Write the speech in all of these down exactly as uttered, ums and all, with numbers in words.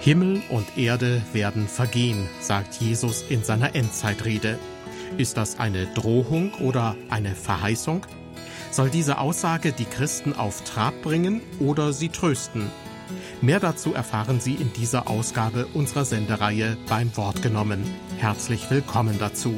Himmel und Erde werden vergehen, sagt Jesus in seiner Endzeitrede. Ist das eine Drohung oder eine Verheißung? Soll diese Aussage die Christen auf Trab bringen oder sie trösten? Mehr dazu erfahren Sie in dieser Ausgabe unserer Sendereihe Beim Wort genommen. Herzlich willkommen dazu.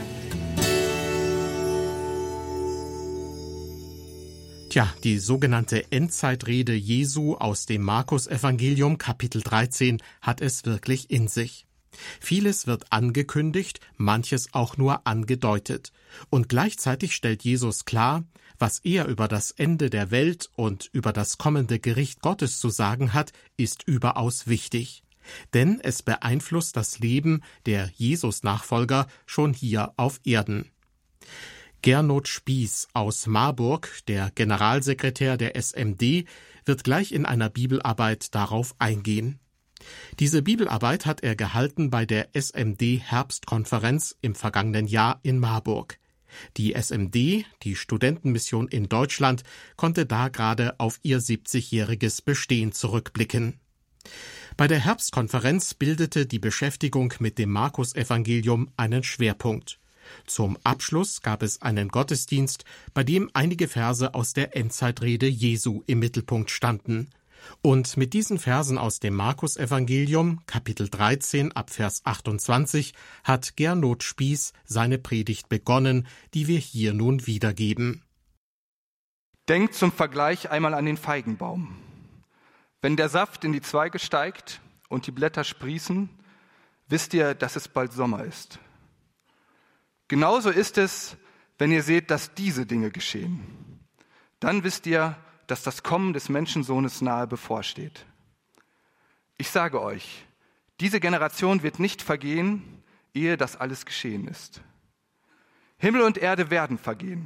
Tja, die sogenannte Endzeitrede Jesu aus dem Markus-Evangelium Kapitel dreizehn hat es wirklich in sich. Vieles wird angekündigt, manches auch nur angedeutet. Und gleichzeitig stellt Jesus klar, was er über das Ende der Welt und über das kommende Gericht Gottes zu sagen hat, ist überaus wichtig. Denn es beeinflusst das Leben der Jesus-Nachfolger schon hier auf Erden. Gernot Spieß aus Marburg, der Generalsekretär der S M D, wird gleich in einer Bibelarbeit darauf eingehen. Diese Bibelarbeit hat er gehalten bei der S M D-Herbstkonferenz im vergangenen Jahr in Marburg. Die S M D, die Studentenmission in Deutschland, konnte da gerade auf ihr siebzigjähriges Bestehen zurückblicken. Bei der Herbstkonferenz bildete die Beschäftigung mit dem Markus-Evangelium einen Schwerpunkt. Zum Abschluss gab es einen Gottesdienst, bei dem einige Verse aus der Endzeitrede Jesu im Mittelpunkt standen. Und mit diesen Versen aus dem Markus-Evangelium, Kapitel dreizehn, ab Vers achtundzwanzig, hat Gernot Spieß seine Predigt begonnen, die wir hier nun wiedergeben. Denkt zum Vergleich einmal an den Feigenbaum. Wenn der Saft in die Zweige steigt und die Blätter sprießen, wisst ihr, dass es bald Sommer ist. Genauso ist es, wenn ihr seht, dass diese Dinge geschehen. Dann wisst ihr, dass das Kommen des Menschensohnes nahe bevorsteht. Ich sage euch, diese Generation wird nicht vergehen, ehe das alles geschehen ist. Himmel und Erde werden vergehen.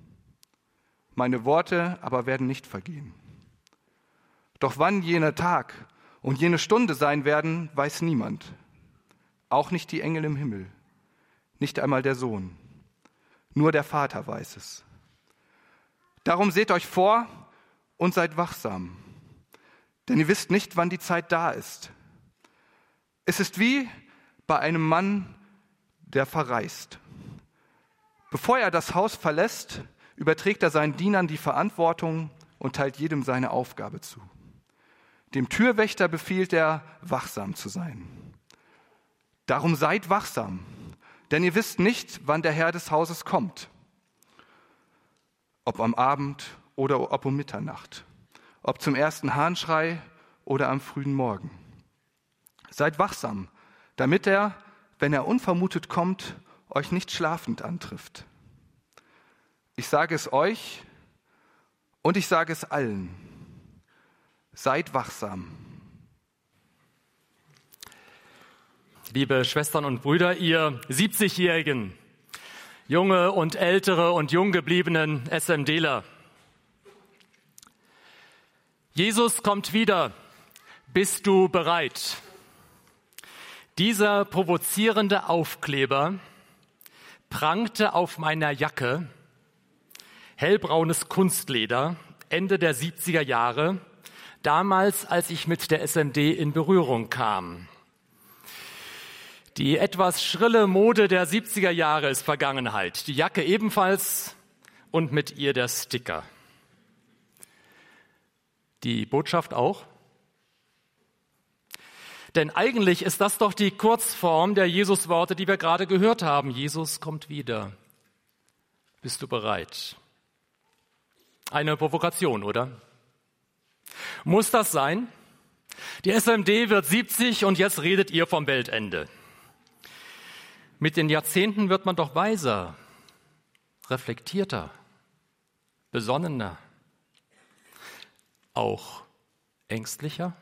Meine Worte aber werden nicht vergehen. Doch wann jener Tag und jene Stunde sein werden, weiß niemand. Auch nicht die Engel im Himmel. Nicht einmal der Sohn. Nur der Vater weiß es. Darum seht euch vor und seid wachsam. Denn ihr wisst nicht, wann die Zeit da ist. Es ist wie bei einem Mann, der verreist. Bevor er das Haus verlässt, überträgt er seinen Dienern die Verantwortung und teilt jedem seine Aufgabe zu. Dem Türwächter befiehlt er, wachsam zu sein. Darum seid wachsam. Denn ihr wisst nicht, wann der Herr des Hauses kommt. Ob am Abend oder ob um Mitternacht. Ob zum ersten Hahnschrei oder am frühen Morgen. Seid wachsam, damit er, wenn er unvermutet kommt, euch nicht schlafend antrifft. Ich sage es euch und ich sage es allen. Seid wachsam. Liebe Schwestern und Brüder, ihr siebzigjährigen, junge und ältere und junggebliebenen SMDler. Jesus kommt wieder. Bist du bereit? Dieser provozierende Aufkleber prangte auf meiner Jacke, hellbraunes Kunstleder, Ende der siebziger Jahre, damals, als ich mit der S M D in Berührung kam. Die etwas schrille Mode der siebziger Jahre ist Vergangenheit. Die Jacke ebenfalls und mit ihr der Sticker. Die Botschaft auch? Denn eigentlich ist das doch die Kurzform der Jesus-Worte, die wir gerade gehört haben. Jesus kommt wieder. Bist du bereit? Eine Provokation, oder? Muss das sein? Die S M D wird siebzig und jetzt redet ihr vom Weltende. Mit den Jahrzehnten wird man doch weiser, reflektierter, besonnener, auch ängstlicher.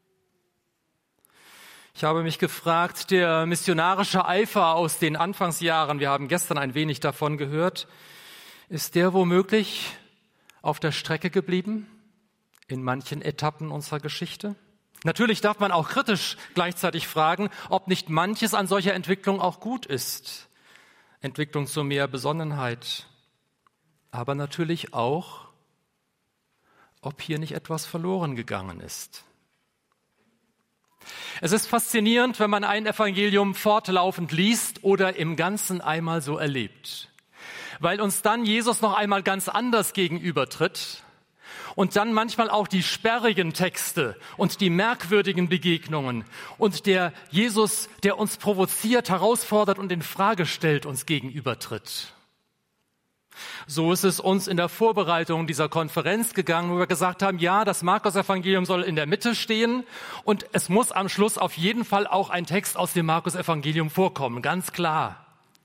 Ich habe mich gefragt, der missionarische Eifer aus den Anfangsjahren, wir haben gestern ein wenig davon gehört, ist der womöglich auf der Strecke geblieben in manchen Etappen unserer Geschichte? Natürlich darf man auch kritisch gleichzeitig fragen, ob nicht manches an solcher Entwicklung auch gut ist. Entwicklung zu mehr Besonnenheit. Aber natürlich auch, ob hier nicht etwas verloren gegangen ist. Es ist faszinierend, wenn man ein Evangelium fortlaufend liest oder im Ganzen einmal so erlebt, weil uns dann Jesus noch einmal ganz anders gegenübertritt und dann manchmal auch die sperrigen Texte und die merkwürdigen Begegnungen und der Jesus, der uns provoziert, herausfordert und in Frage stellt, uns gegenübertritt. So ist es uns in der Vorbereitung dieser Konferenz gegangen, wo wir gesagt haben, ja, das Markus-Evangelium soll in der Mitte stehen und es muss am Schluss auf jeden Fall auch ein Text aus dem Markus-Evangelium vorkommen, ganz klar.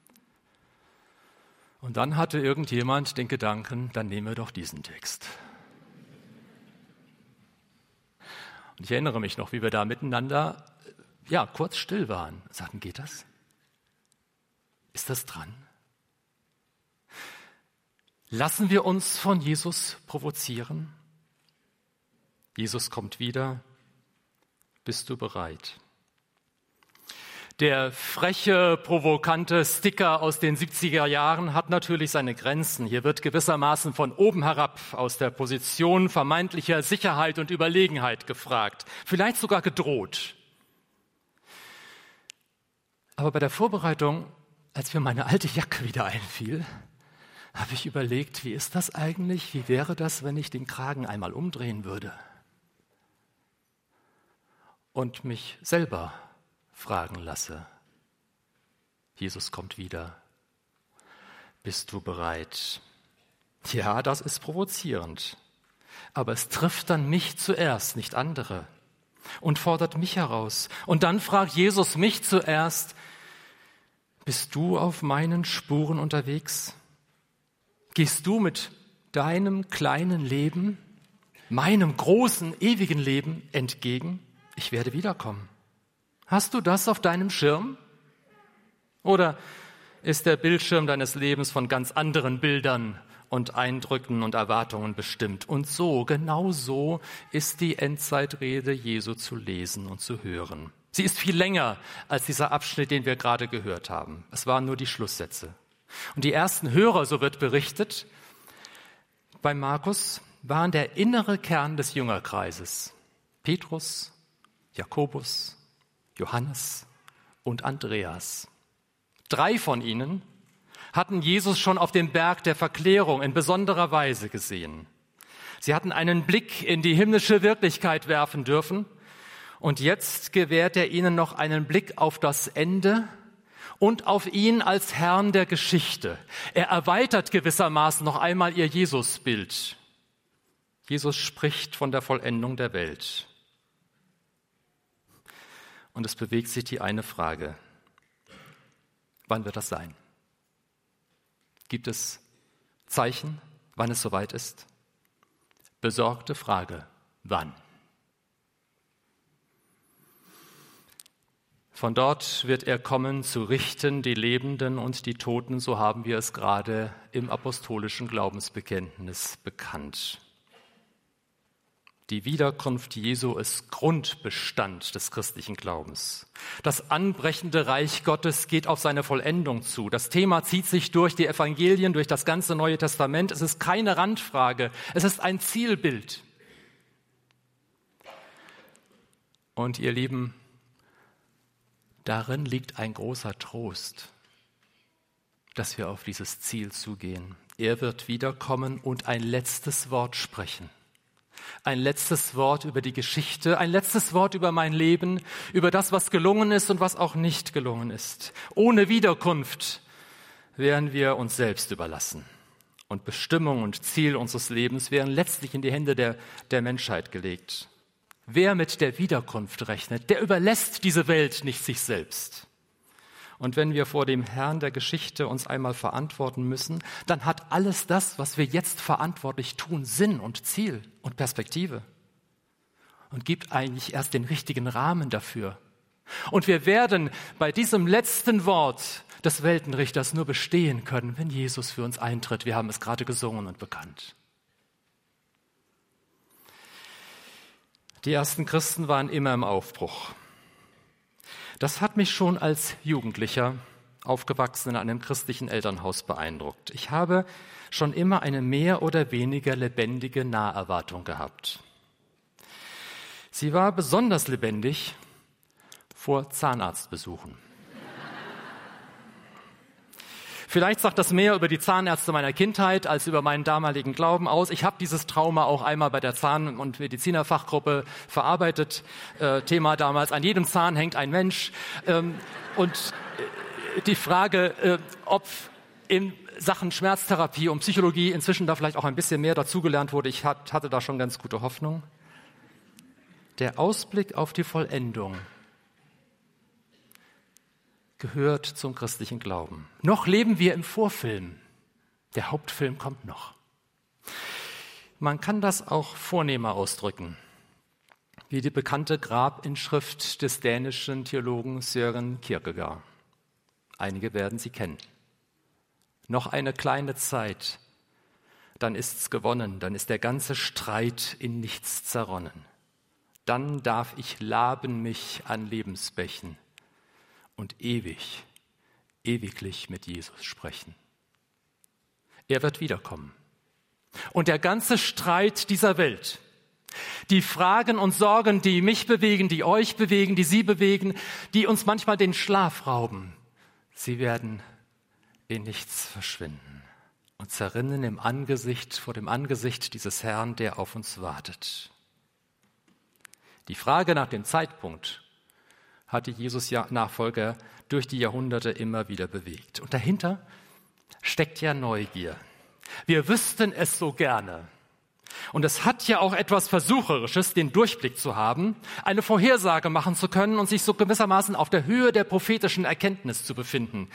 Und dann hatte irgendjemand den Gedanken, dann nehmen wir doch diesen Text. Und ich erinnere mich noch, wie wir da miteinander, ja, kurz still waren. Sagten, geht das? Ist das dran? Lassen wir uns von Jesus provozieren? Jesus kommt wieder. Bist du bereit? Der freche, provokante Sticker aus den siebziger Jahren hat natürlich seine Grenzen. Hier wird gewissermaßen von oben herab aus der Position vermeintlicher Sicherheit und Überlegenheit gefragt, vielleicht sogar gedroht. Aber bei der Vorbereitung, als mir meine alte Jacke wieder einfiel, habe ich überlegt, wie ist das eigentlich? Wie wäre das, wenn ich den Kragen einmal umdrehen würde? Und mich selber fragen lasse. Jesus kommt wieder. Bist du bereit? Ja, das ist provozierend. Aber es trifft dann mich zuerst, nicht andere. Und fordert mich heraus. Und dann fragt Jesus mich zuerst, bist du auf meinen Spuren unterwegs? Gehst du mit deinem kleinen Leben, meinem großen, ewigen Leben entgegen? Ich werde wiederkommen. Hast du das auf deinem Schirm? Oder ist der Bildschirm deines Lebens von ganz anderen Bildern und Eindrücken und Erwartungen bestimmt? Und so, genau so ist die Endzeitrede Jesu zu lesen und zu hören. Sie ist viel länger als dieser Abschnitt, den wir gerade gehört haben. Es waren nur die Schlusssätze. Und die ersten Hörer, so wird berichtet, bei Markus waren der innere Kern des Jüngerkreises. Petrus, Jakobus, Johannes und Andreas. Drei von ihnen hatten Jesus schon auf dem Berg der Verklärung in besonderer Weise gesehen. Sie hatten einen Blick in die himmlische Wirklichkeit werfen dürfen und jetzt gewährt er ihnen noch einen Blick auf das Ende und auf ihn als Herrn der Geschichte. Er erweitert gewissermaßen noch einmal ihr Jesusbild. Jesus spricht von der Vollendung der Welt. Und es bewegt sich die eine Frage. Wann wird das sein? Gibt es Zeichen, wann es soweit ist? Besorgte Frage. Wann? Von dort wird er kommen, zu richten die Lebenden und die Toten, so haben wir es gerade im apostolischen Glaubensbekenntnis bekannt. Die Wiederkunft Jesu ist Grundbestand des christlichen Glaubens. Das anbrechende Reich Gottes geht auf seine Vollendung zu. Das Thema zieht sich durch die Evangelien, durch das ganze Neue Testament. Es ist keine Randfrage, es ist ein Zielbild. Und ihr Lieben, darin liegt ein großer Trost, dass wir auf dieses Ziel zugehen. Er wird wiederkommen und ein letztes Wort sprechen. Ein letztes Wort über die Geschichte, ein letztes Wort über mein Leben, über das, was gelungen ist und was auch nicht gelungen ist. Ohne Wiederkunft wären wir uns selbst überlassen. Und Bestimmung und Ziel unseres Lebens wären letztlich in die Hände der, der Menschheit gelegt. Wer mit der Wiederkunft rechnet, der überlässt diese Welt nicht sich selbst. Und wenn wir vor dem Herrn der Geschichte uns einmal verantworten müssen, dann hat alles das, was wir jetzt verantwortlich tun, Sinn und Ziel und Perspektive und gibt eigentlich erst den richtigen Rahmen dafür. Und wir werden bei diesem letzten Wort des Weltenrichters nur bestehen können, wenn Jesus für uns eintritt. Wir haben es gerade gesungen und bekannt. Die ersten Christen waren immer im Aufbruch. Das hat mich schon als Jugendlicher, aufgewachsen in einem christlichen Elternhaus, beeindruckt. Ich habe schon immer eine mehr oder weniger lebendige Naherwartung gehabt. Sie war besonders lebendig, vor Zahnarztbesuchen. Vielleicht sagt das mehr über die Zahnärzte meiner Kindheit als über meinen damaligen Glauben aus. Ich habe dieses Trauma auch einmal bei der Zahn- und Medizinerfachgruppe verarbeitet. Äh, Thema damals, an jedem Zahn hängt ein Mensch. Ähm, und äh, die Frage, äh, ob in Sachen Schmerztherapie und Psychologie inzwischen da vielleicht auch ein bisschen mehr dazugelernt wurde, ich hat, hatte da schon ganz gute Hoffnung. Der Ausblick auf die Vollendung gehört zum christlichen Glauben. Noch leben wir im Vorfilm. Der Hauptfilm kommt noch. Man kann das auch vornehmer ausdrücken, wie die bekannte Grabinschrift des dänischen Theologen Søren Kierkegaard. Einige werden sie kennen. Noch eine kleine Zeit, dann ist's gewonnen, dann ist der ganze Streit in nichts zerronnen. Dann darf ich laben mich an Lebensbächen und ewig, ewiglich mit Jesus sprechen. Er wird wiederkommen. Und der ganze Streit dieser Welt, die Fragen und Sorgen, die mich bewegen, die euch bewegen, die Sie bewegen, die uns manchmal den Schlaf rauben, sie werden in nichts verschwinden und zerrinnen im Angesicht, vor dem Angesicht dieses Herrn, der auf uns wartet. Die Frage nach dem Zeitpunkt hat die Jesus-Nachfolger durch die Jahrhunderte immer wieder bewegt. Und dahinter steckt ja Neugier. Wir wüssten es so gerne. Und es hat ja auch etwas Versucherisches, den Durchblick zu haben, eine Vorhersage machen zu können und sich so gewissermaßen auf der Höhe der prophetischen Erkenntnis zu befinden.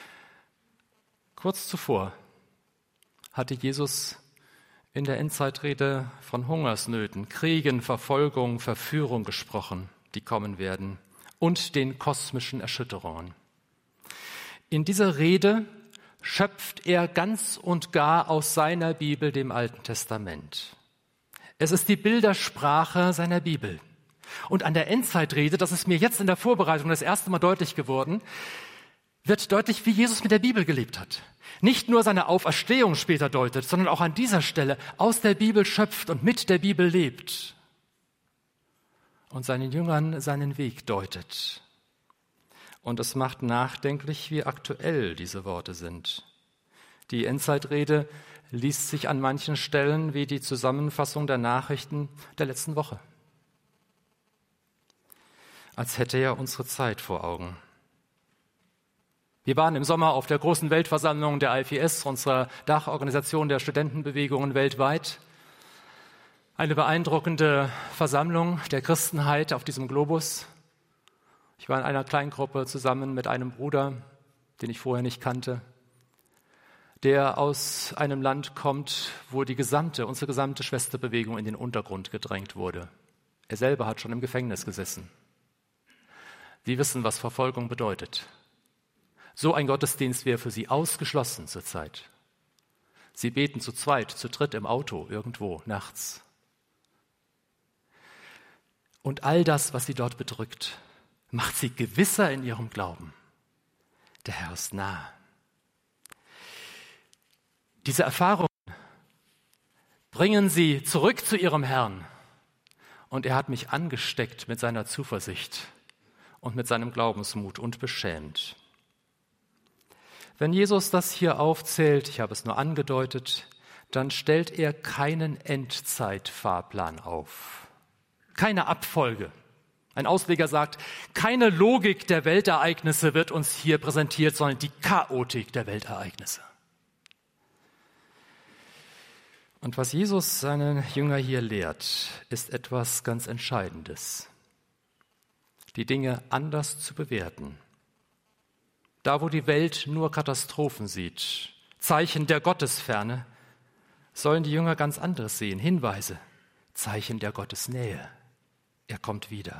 Kurz zuvor hatte Jesus in der Endzeitrede von Hungersnöten, Kriegen, Verfolgung, Verführung gesprochen, die kommen werden, und den kosmischen Erschütterungen. In dieser Rede schöpft er ganz und gar aus seiner Bibel, dem Alten Testament. Es ist die Bildersprache seiner Bibel. Und an der Endzeitrede, das ist mir jetzt in der Vorbereitung das erste Mal deutlich geworden, wird deutlich, wie Jesus mit der Bibel gelebt hat. Nicht nur seine Auferstehung später deutet, sondern auch an dieser Stelle aus der Bibel schöpft und mit der Bibel lebt und seinen Jüngern seinen Weg deutet. Und es macht nachdenklich, wie aktuell diese Worte sind. Die Endzeitrede liest sich an manchen Stellen wie die Zusammenfassung der Nachrichten der letzten Woche. Als hätte er unsere Zeit vor Augen. Wir waren im Sommer auf der großen Weltversammlung der I F S, unserer Dachorganisation der Studentenbewegungen weltweit. Eine beeindruckende Versammlung der Christenheit auf diesem Globus. Ich war in einer Kleingruppe zusammen mit einem Bruder, den ich vorher nicht kannte, der aus einem Land kommt, wo die gesamte, unsere gesamte Schwesterbewegung in den Untergrund gedrängt wurde. Er selber hat schon im Gefängnis gesessen. Sie wissen, was Verfolgung bedeutet. So ein Gottesdienst wäre für sie ausgeschlossen zurzeit. Sie beten zu zweit, zu dritt im Auto, irgendwo, nachts. Und all das, was sie dort bedrückt, macht sie gewisser in ihrem Glauben. Der Herr ist nah. Diese Erfahrungen bringen sie zurück zu ihrem Herrn. Und er hat mich angesteckt mit seiner Zuversicht und mit seinem Glaubensmut und beschämt. Wenn Jesus das hier aufzählt, ich habe es nur angedeutet, dann stellt er keinen Endzeitfahrplan auf. Keine Abfolge. Ein Ausleger sagt, keine Logik der Weltereignisse wird uns hier präsentiert, sondern die Chaotik der Weltereignisse. Und was Jesus seinen Jünger hier lehrt, ist etwas ganz Entscheidendes. Die Dinge anders zu bewerten. Da, wo die Welt nur Katastrophen sieht, Zeichen der Gottesferne, sollen die Jünger ganz anderes sehen, Hinweise, Zeichen der Gottesnähe. Er kommt wieder.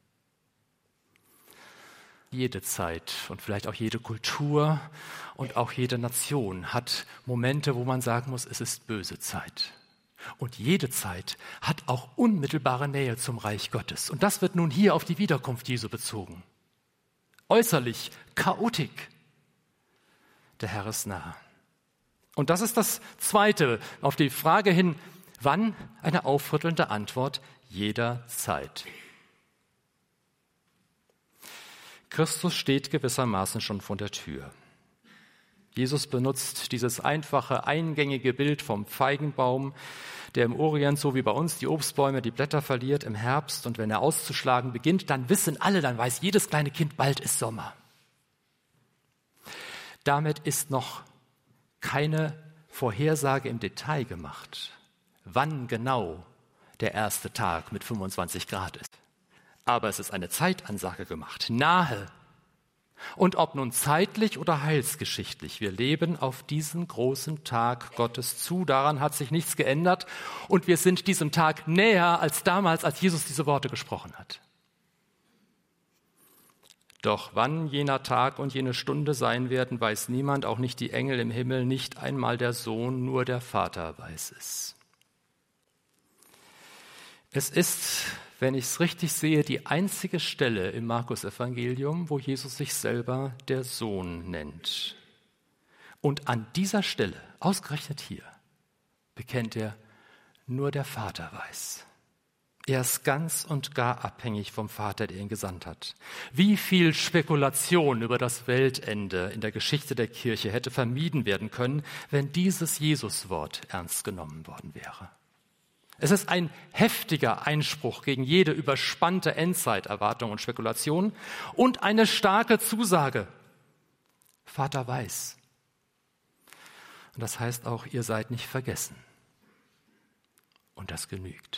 Jede Zeit und vielleicht auch jede Kultur und auch jede Nation hat Momente, wo man sagen muss, es ist böse Zeit. Und jede Zeit hat auch unmittelbare Nähe zum Reich Gottes. Und das wird nun hier auf die Wiederkunft Jesu bezogen. Äußerlich Chaotik. Der Herr ist nah. Und das ist das Zweite auf die Frage hin, wann eine aufrüttelnde Antwort jederzeit. Christus steht gewissermaßen schon vor der Tür. Jesus benutzt dieses einfache, eingängige Bild vom Feigenbaum, der im Orient, so wie bei uns, die Obstbäume, die Blätter verliert im Herbst. Und wenn er auszuschlagen beginnt, dann wissen alle, dann weiß jedes kleine Kind, bald ist Sommer. Damit ist noch keine Vorhersage im Detail gemacht, wann genau der erste Tag mit fünfundzwanzig Grad ist. Aber es ist eine Zeitansage gemacht, nahe. Und ob nun zeitlich oder heilsgeschichtlich, wir leben auf diesen großen Tag Gottes zu. Daran hat sich nichts geändert. Und wir sind diesem Tag näher als damals, als Jesus diese Worte gesprochen hat. Doch wann jener Tag und jene Stunde sein werden, weiß niemand, auch nicht die Engel im Himmel, nicht einmal der Sohn, nur der Vater weiß es. Es ist, wenn ich es richtig sehe, die einzige Stelle im Markus-Evangelium, wo Jesus sich selber der Sohn nennt. Und an dieser Stelle, ausgerechnet hier, bekennt er, nur der Vater weiß. Er ist ganz und gar abhängig vom Vater, der ihn gesandt hat. Wie viel Spekulation über das Weltende in der Geschichte der Kirche hätte vermieden werden können, wenn dieses Jesuswort ernst genommen worden wäre. Es ist ein heftiger Einspruch gegen jede überspannte Endzeiterwartung und Spekulation und eine starke Zusage. Vater weiß. Und das heißt auch, ihr seid nicht vergessen. Und das genügt.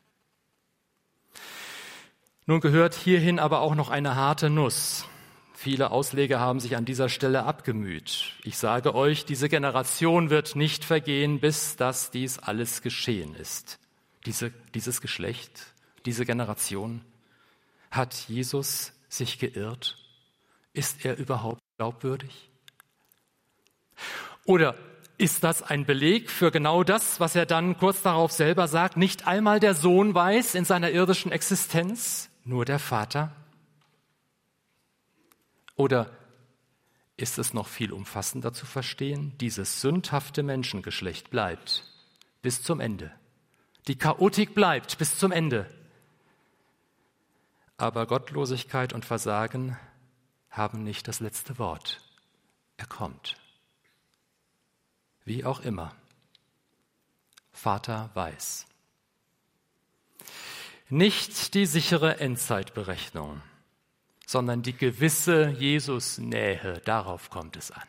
Nun gehört hierhin aber auch noch eine harte Nuss. Viele Ausleger haben sich an dieser Stelle abgemüht. Ich sage euch, diese Generation wird nicht vergehen, bis dass dies alles geschehen ist. Diese, dieses Geschlecht, diese Generation, hat Jesus sich geirrt? Ist er überhaupt glaubwürdig? Oder ist das ein Beleg für genau das, was er dann kurz darauf selber sagt? Nicht einmal der Sohn weiß in seiner irdischen Existenz, nur der Vater? Oder ist es noch viel umfassender zu verstehen? Dieses sündhafte Menschengeschlecht bleibt bis zum Ende. Die Chaotik bleibt bis zum Ende. Aber Gottlosigkeit und Versagen haben nicht das letzte Wort. Er kommt. Wie auch immer. Vater weiß. Nicht die sichere Endzeitberechnung, sondern die gewisse Jesus-Nähe, darauf kommt es an.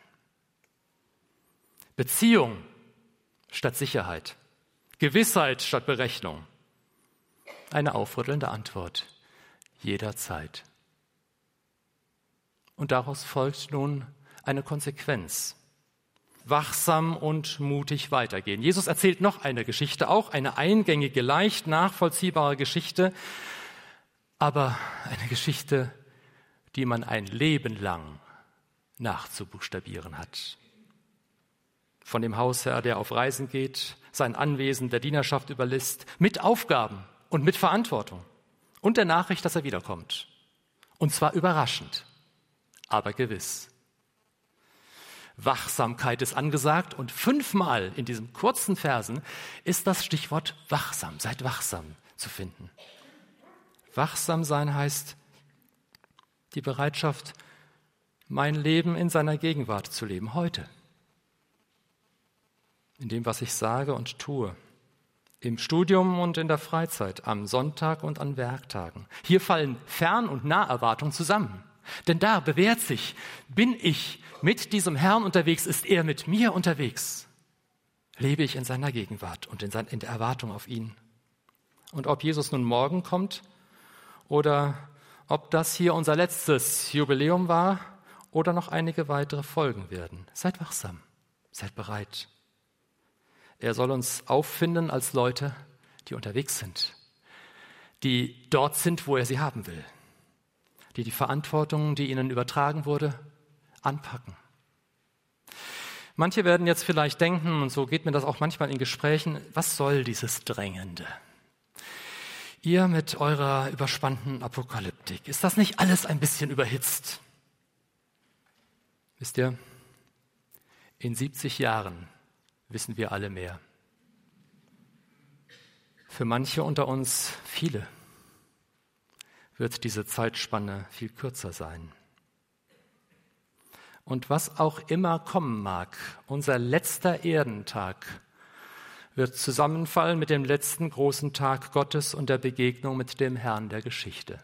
Beziehung statt Sicherheit, Gewissheit statt Berechnung. Eine aufrüttelnde Antwort, jederzeit. Und daraus folgt nun eine Konsequenz. Wachsam und mutig weitergehen. Jesus erzählt noch eine Geschichte, auch eine eingängige, leicht nachvollziehbare Geschichte, aber eine Geschichte, die man ein Leben lang nachzubuchstabieren hat. Von dem Hausherr, der auf Reisen geht, sein Anwesen der Dienerschaft überlässt, mit Aufgaben und mit Verantwortung und der Nachricht, dass er wiederkommt. Und zwar überraschend, aber gewiss. Wachsamkeit ist angesagt und fünfmal in diesen kurzen Versen ist das Stichwort wachsam, seid wachsam zu finden. Wachsam sein heißt die Bereitschaft, mein Leben in seiner Gegenwart zu leben, heute. In dem, was ich sage und tue. Im Studium und in der Freizeit, am Sonntag und an Werktagen. Hier fallen Fern- und Naherwartung zusammen. Denn da bewährt sich, bin ich mit diesem Herrn unterwegs, ist er mit mir unterwegs. Lebe ich in seiner Gegenwart und in, sein, in der Erwartung auf ihn. Und ob Jesus nun morgen kommt oder ob das hier unser letztes Jubiläum war oder noch einige weitere folgen werden. Seid wachsam, seid bereit. Er soll uns auffinden als Leute, die unterwegs sind, die dort sind, wo er sie haben will, die die Verantwortung, die ihnen übertragen wurde, anpacken. Manche werden jetzt vielleicht denken, und so geht mir das auch manchmal in Gesprächen, was soll dieses Drängende? Ihr mit eurer überspannten Apokalyptik, ist das nicht alles ein bisschen überhitzt? Wisst ihr, in siebzig Jahren wissen wir alle mehr. Für manche unter uns, viele, wird diese Zeitspanne viel kürzer sein. Und was auch immer kommen mag, unser letzter Erdentag wird zusammenfallen mit dem letzten großen Tag Gottes und der Begegnung mit dem Herrn der Geschichte.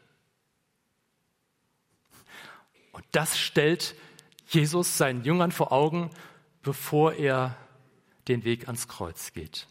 Und das stellt Jesus seinen Jüngern vor Augen, bevor er den Weg ans Kreuz geht.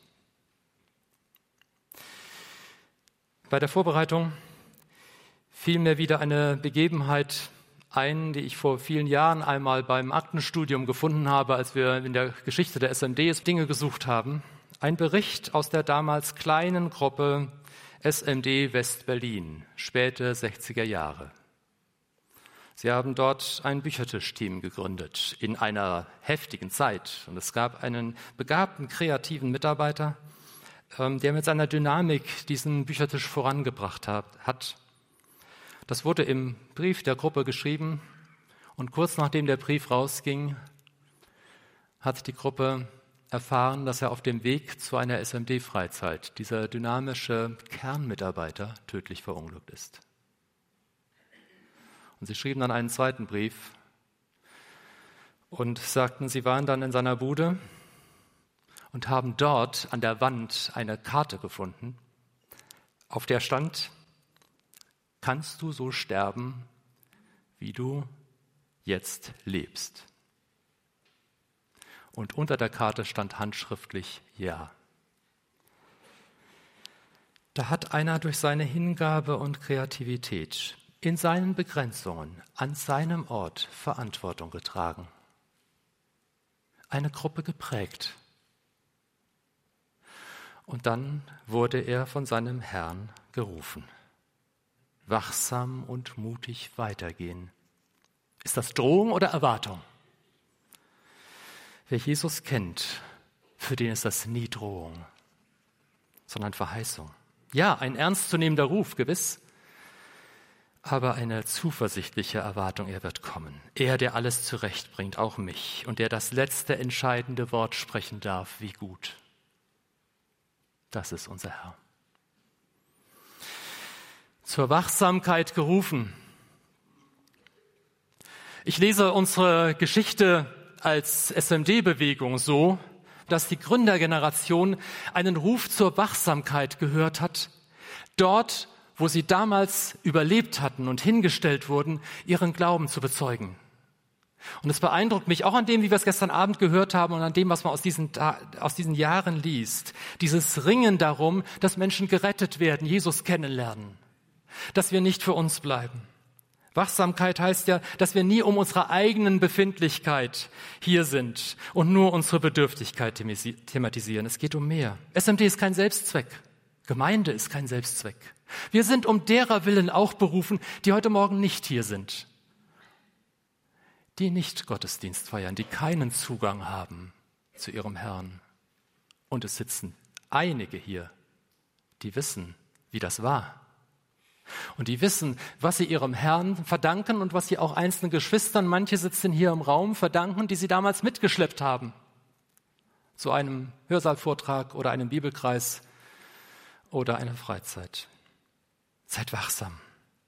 Bei der Vorbereitung fiel mir wieder eine Begebenheit ein, die ich vor vielen Jahren einmal beim Aktenstudium gefunden habe, als wir in der Geschichte der S M D Dinge gesucht haben. Ein Bericht aus der damals kleinen Gruppe S M D West-Berlin, späte sechziger Jahre. Sie haben dort ein Büchertischteam gegründet in einer heftigen Zeit. Und es gab einen begabten, kreativen Mitarbeiter, der mit seiner Dynamik diesen Büchertisch vorangebracht hat. Das wurde im Brief der Gruppe geschrieben und kurz nachdem der Brief rausging, hat die Gruppe erfahren, dass er auf dem Weg zu einer S M D-Freizeit, dieser dynamische Kernmitarbeiter, tödlich verunglückt ist. Und sie schrieben dann einen zweiten Brief und sagten, sie waren dann in seiner Bude und haben dort an der Wand eine Karte gefunden, auf der stand: Kannst du so sterben, wie du jetzt lebst? Und unter der Karte stand handschriftlich Ja. Da hat einer durch seine Hingabe und Kreativität in seinen Begrenzungen an seinem Ort Verantwortung getragen, eine Gruppe geprägt. Und dann wurde er von seinem Herrn gerufen. Wachsam und mutig weitergehen. Ist das Drohung oder Erwartung? Wer Jesus kennt, für den ist das nie Drohung, sondern Verheißung. Ja, ein ernstzunehmender Ruf, gewiss, aber eine zuversichtliche Erwartung, er wird kommen. Er, der alles zurechtbringt, auch mich, und der das letzte entscheidende Wort sprechen darf, wie gut. Das ist unser Herr. Zur Wachsamkeit gerufen. Ich lese unsere Geschichte als S M D-Bewegung so, dass die Gründergeneration einen Ruf zur Wachsamkeit gehört hat, dort, wo sie damals überlebt hatten und hingestellt wurden, ihren Glauben zu bezeugen. Und es beeindruckt mich auch an dem, wie wir es gestern Abend gehört haben und an dem, was man aus diesen, aus diesen Jahren liest. Dieses Ringen darum, dass Menschen gerettet werden, Jesus kennenlernen, dass wir nicht für uns bleiben. Wachsamkeit heißt ja, dass wir nie um unsere eigenen Befindlichkeit hier sind und nur unsere Bedürftigkeit thematisieren. Es geht um mehr. S M D ist kein Selbstzweck. Gemeinde ist kein Selbstzweck. Wir sind um derer Willen auch berufen, die heute Morgen nicht hier sind. Die nicht Gottesdienst feiern, die keinen Zugang haben zu ihrem Herrn. Und es sitzen einige hier, die wissen, wie das war. Und die wissen, was sie ihrem Herrn verdanken und was sie auch einzelnen Geschwistern, manche sitzen hier im Raum, verdanken, die sie damals mitgeschleppt haben. Zu einem Hörsaalvortrag oder einem Bibelkreis oder einer Freizeit. Seid wachsam.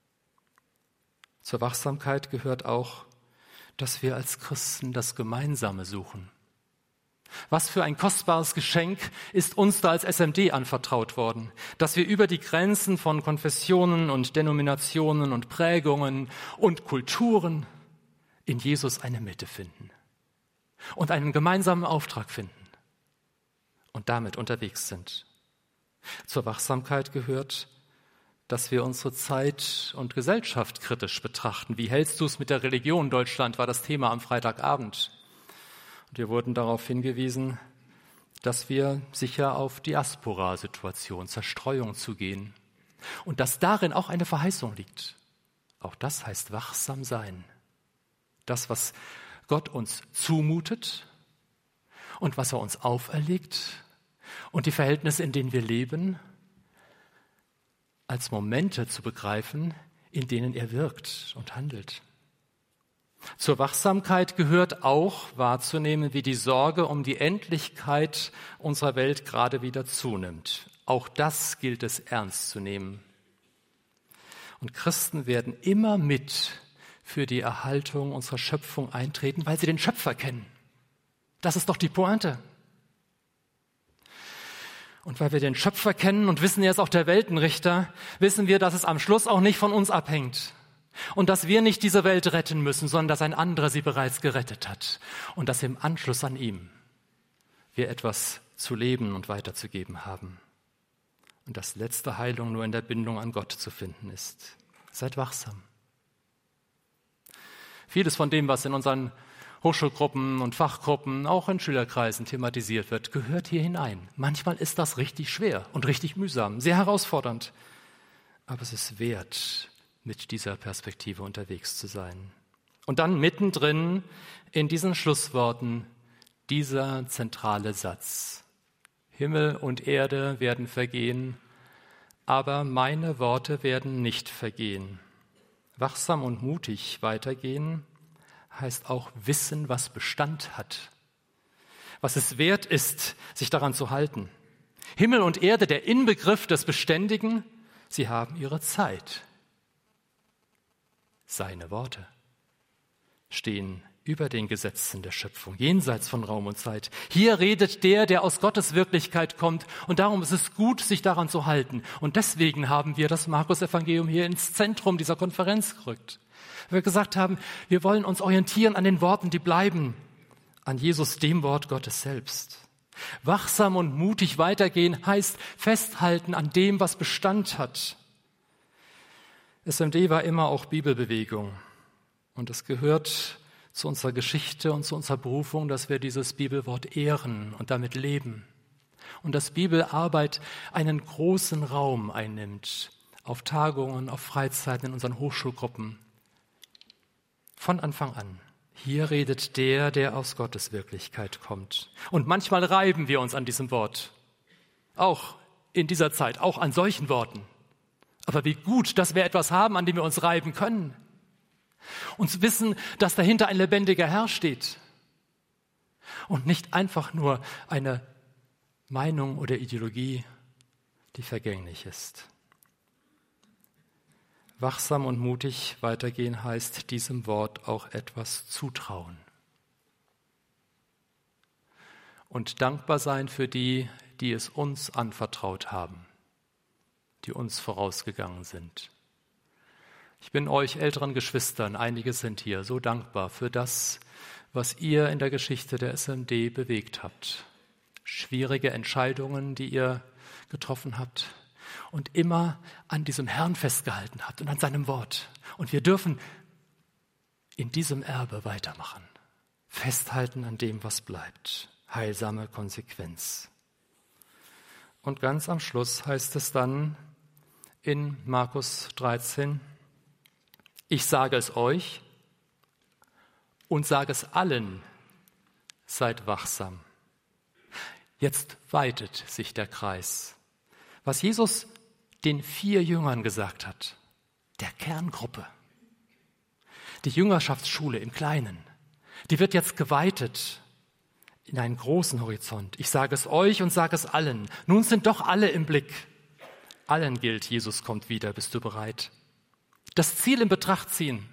Zur Wachsamkeit gehört auch, dass wir als Christen das Gemeinsame suchen. Was für ein kostbares Geschenk ist uns da als S M D anvertraut worden, dass wir über die Grenzen von Konfessionen und Denominationen und Prägungen und Kulturen in Jesus eine Mitte finden und einen gemeinsamen Auftrag finden und damit unterwegs sind. Zur Wachsamkeit gehört, dass wir unsere Zeit und Gesellschaft kritisch betrachten. Wie hältst du es mit der Religion? Deutschland war das Thema am Freitagabend. Und wir wurden darauf hingewiesen, dass wir sicher auf Diaspora-Situation, Zerstreuung zugehen. Und dass darin auch eine Verheißung liegt. Auch das heißt wachsam sein. Das, was Gott uns zumutet und was er uns auferlegt und die Verhältnisse, in denen wir leben, als Momente zu begreifen, in denen er wirkt und handelt. Zur Wachsamkeit gehört auch wahrzunehmen, wie die Sorge um die Endlichkeit unserer Welt gerade wieder zunimmt. Auch das gilt es ernst zu nehmen. Und Christen werden immer mit für die Erhaltung unserer Schöpfung eintreten, weil sie den Schöpfer kennen. Das ist doch die Pointe. Und weil wir den Schöpfer kennen und wissen, er ist auch der Weltenrichter, wissen wir, dass es am Schluss auch nicht von uns abhängt. Und dass wir nicht diese Welt retten müssen, sondern dass ein anderer sie bereits gerettet hat. Und dass im Anschluss an ihm wir etwas zu leben und weiterzugeben haben. Und dass letzte Heilung nur in der Bindung an Gott zu finden ist. Seid wachsam. Vieles von dem, was in unseren Hochschulgruppen und Fachgruppen, auch in Schülerkreisen thematisiert wird, gehört hier hinein. Manchmal ist das richtig schwer und richtig mühsam, sehr herausfordernd. Aber es ist wert, mit dieser Perspektive unterwegs zu sein. Und dann mittendrin in diesen Schlussworten dieser zentrale Satz. Himmel und Erde werden vergehen, aber meine Worte werden nicht vergehen. Wachsam und mutig weitergehen heißt auch wissen, was Bestand hat, was es wert ist, sich daran zu halten. Himmel und Erde, der Inbegriff des Beständigen, sie haben ihre Zeit. Seine Worte stehen über den Gesetzen der Schöpfung, jenseits von Raum und Zeit. Hier redet der, der aus Gottes Wirklichkeit kommt. Und darum ist es gut, sich daran zu halten. Und deswegen haben wir das Markus-Evangelium hier ins Zentrum dieser Konferenz gerückt. Wir gesagt haben, wir wollen uns orientieren an den Worten, die bleiben, an Jesus, dem Wort Gottes selbst. Wachsam und mutig weitergehen heißt festhalten an dem, was Bestand hat. S M D war immer auch Bibelbewegung. Und es gehört zu unserer Geschichte und zu unserer Berufung, dass wir dieses Bibelwort ehren und damit leben. Und dass Bibelarbeit einen großen Raum einnimmt, auf Tagungen, auf Freizeiten, in unseren Hochschulgruppen. Von Anfang an. Hier redet der, der aus Gottes Wirklichkeit kommt. Und manchmal reiben wir uns an diesem Wort. Auch in dieser Zeit, auch an solchen Worten. Aber wie gut, dass wir etwas haben, an dem wir uns reiben können. Und wissen, dass dahinter ein lebendiger Herr steht und nicht einfach nur eine Meinung oder Ideologie, die vergänglich ist. Wachsam und mutig weitergehen heißt diesem Wort auch etwas zutrauen. Und dankbar sein für die, die es uns anvertraut haben, die uns vorausgegangen sind. Ich bin euch älteren Geschwistern, einige sind hier, so dankbar für das, was ihr in der Geschichte der S M D bewegt habt. Schwierige Entscheidungen, die ihr getroffen habt und immer an diesem Herrn festgehalten habt und an seinem Wort. Und wir dürfen in diesem Erbe weitermachen. Festhalten an dem, was bleibt. Heilsame Konsequenz. Und ganz am Schluss heißt es dann in Markus dreizehn, ich sage es euch und sage es allen, seid wachsam. Jetzt weitet sich der Kreis. Was Jesus den vier Jüngern gesagt hat, der Kerngruppe, die Jüngerschaftsschule im Kleinen, die wird jetzt geweitet in einen großen Horizont. Ich sage es euch und sage es allen. Nun sind doch alle im Blick. Allen gilt, Jesus kommt wieder. Bist du bereit? Das Ziel in Betracht ziehen.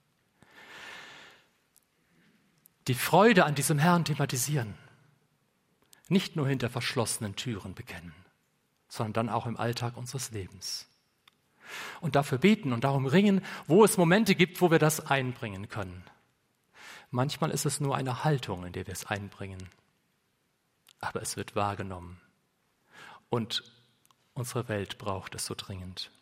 Die Freude an diesem Herrn thematisieren. Nicht nur hinter verschlossenen Türen bekennen, sondern dann auch im Alltag unseres Lebens. Und dafür beten und darum ringen, wo es Momente gibt, wo wir das einbringen können. Manchmal ist es nur eine Haltung, in der wir es einbringen. Aber es wird wahrgenommen. Und unsere Welt braucht es so dringend.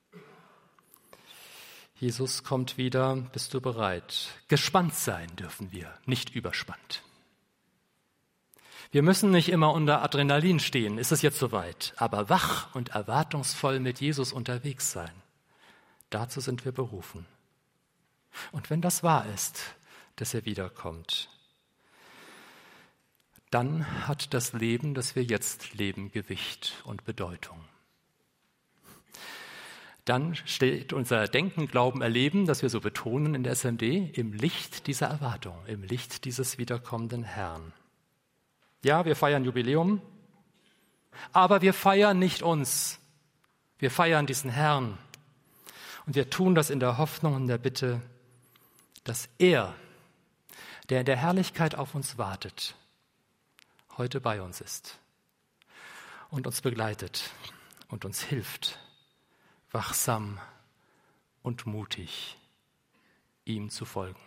Jesus kommt wieder, bist du bereit? Gespannt sein dürfen wir, nicht überspannt. Wir müssen nicht immer unter Adrenalin stehen, ist es jetzt soweit, aber wach und erwartungsvoll mit Jesus unterwegs sein. Dazu sind wir berufen. Und wenn das wahr ist, dass er wiederkommt, dann hat das Leben, das wir jetzt leben, Gewicht und Bedeutung. Dann steht unser Denken, Glauben, Erleben, das wir so betonen in der S M D, im Licht dieser Erwartung, im Licht dieses wiederkommenden Herrn. Ja, wir feiern Jubiläum, aber wir feiern nicht uns. Wir feiern diesen Herrn. Und wir tun das in der Hoffnung und der Bitte, dass er, der in der Herrlichkeit auf uns wartet, heute bei uns ist und uns begleitet und uns hilft, wachsam und mutig ihm zu folgen.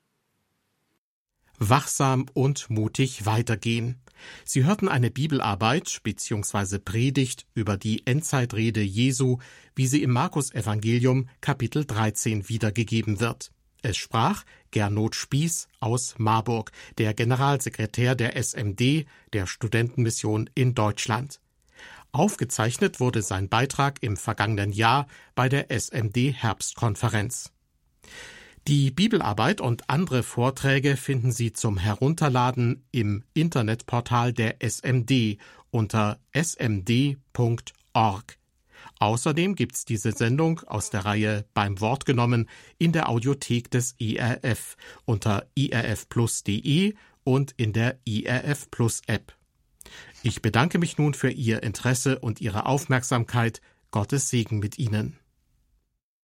Wachsam und mutig weitergehen. Sie hörten eine Bibelarbeit bzw. Predigt über die Endzeitrede Jesu, wie sie im Markus-Evangelium Kapitel dreizehn wiedergegeben wird. Es sprach Gernot Spieß aus Marburg, der Generalsekretär der S M D, der Studentenmission in Deutschland. Aufgezeichnet wurde sein Beitrag im vergangenen Jahr bei der S M D-Herbstkonferenz. Die Bibelarbeit und andere Vorträge finden Sie zum Herunterladen im Internetportal der S M D unter s m d punkt org. Außerdem gibt's diese Sendung aus der Reihe Beim Wort genommen in der Audiothek des I R F unter i r f plus punkt d e und in der I R F Plus App. Ich bedanke mich nun für Ihr Interesse und Ihre Aufmerksamkeit. Gottes Segen mit Ihnen.